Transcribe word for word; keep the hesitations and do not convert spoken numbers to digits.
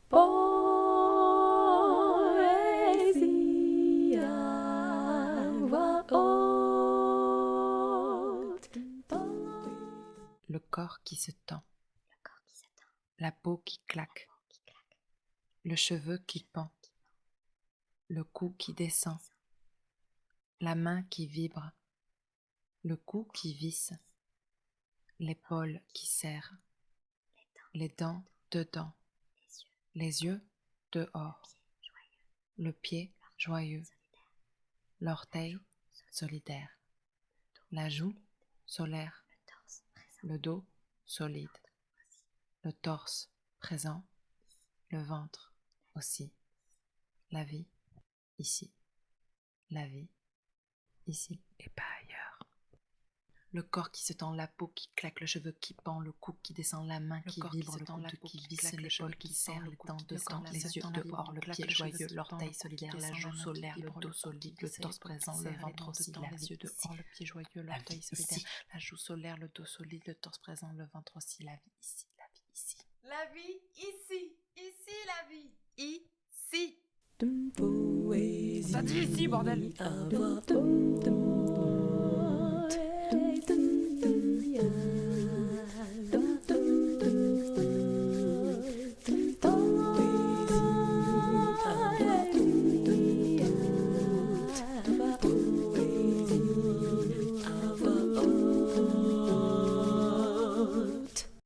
Poésie à voix haute. Le corps qui se tend, Le corps qui se tend, la peau qui claque, la peau qui claque, le cheveu qui pend, le cou qui descend, la main qui vibre, le cou qui visse, l'épaule qui serre, les dents, les dents dedans, les yeux, les yeux dehors, joyeux, le pied joyeux, solidaire, l'orteil solidaire, la joue solaire, le torse présent, le dos solide, le torse présent, le ventre aussi, la vie ici, la vie ici et pas ailleurs. Le corps qui se tend, la peau qui claque, le cheveu qui pend, le cou qui descend, la main qui vibre, le coude qui visse, l'épaule qui serre, les dents dedans, les yeux dehors, le pied joyeux, l'orteil solidaire, la joue solaire, le dos solide, le torse présent, le ventre aussi, la vie dehors, le pied joyeux, l'orteil solidaire, la joue solaire, le dos solide, le torse présent, le ventre aussi, la vie ici, la vie ici. La vie ici, ici la vie, ici. Poésie Ça dit ici, bordel. à voix haute.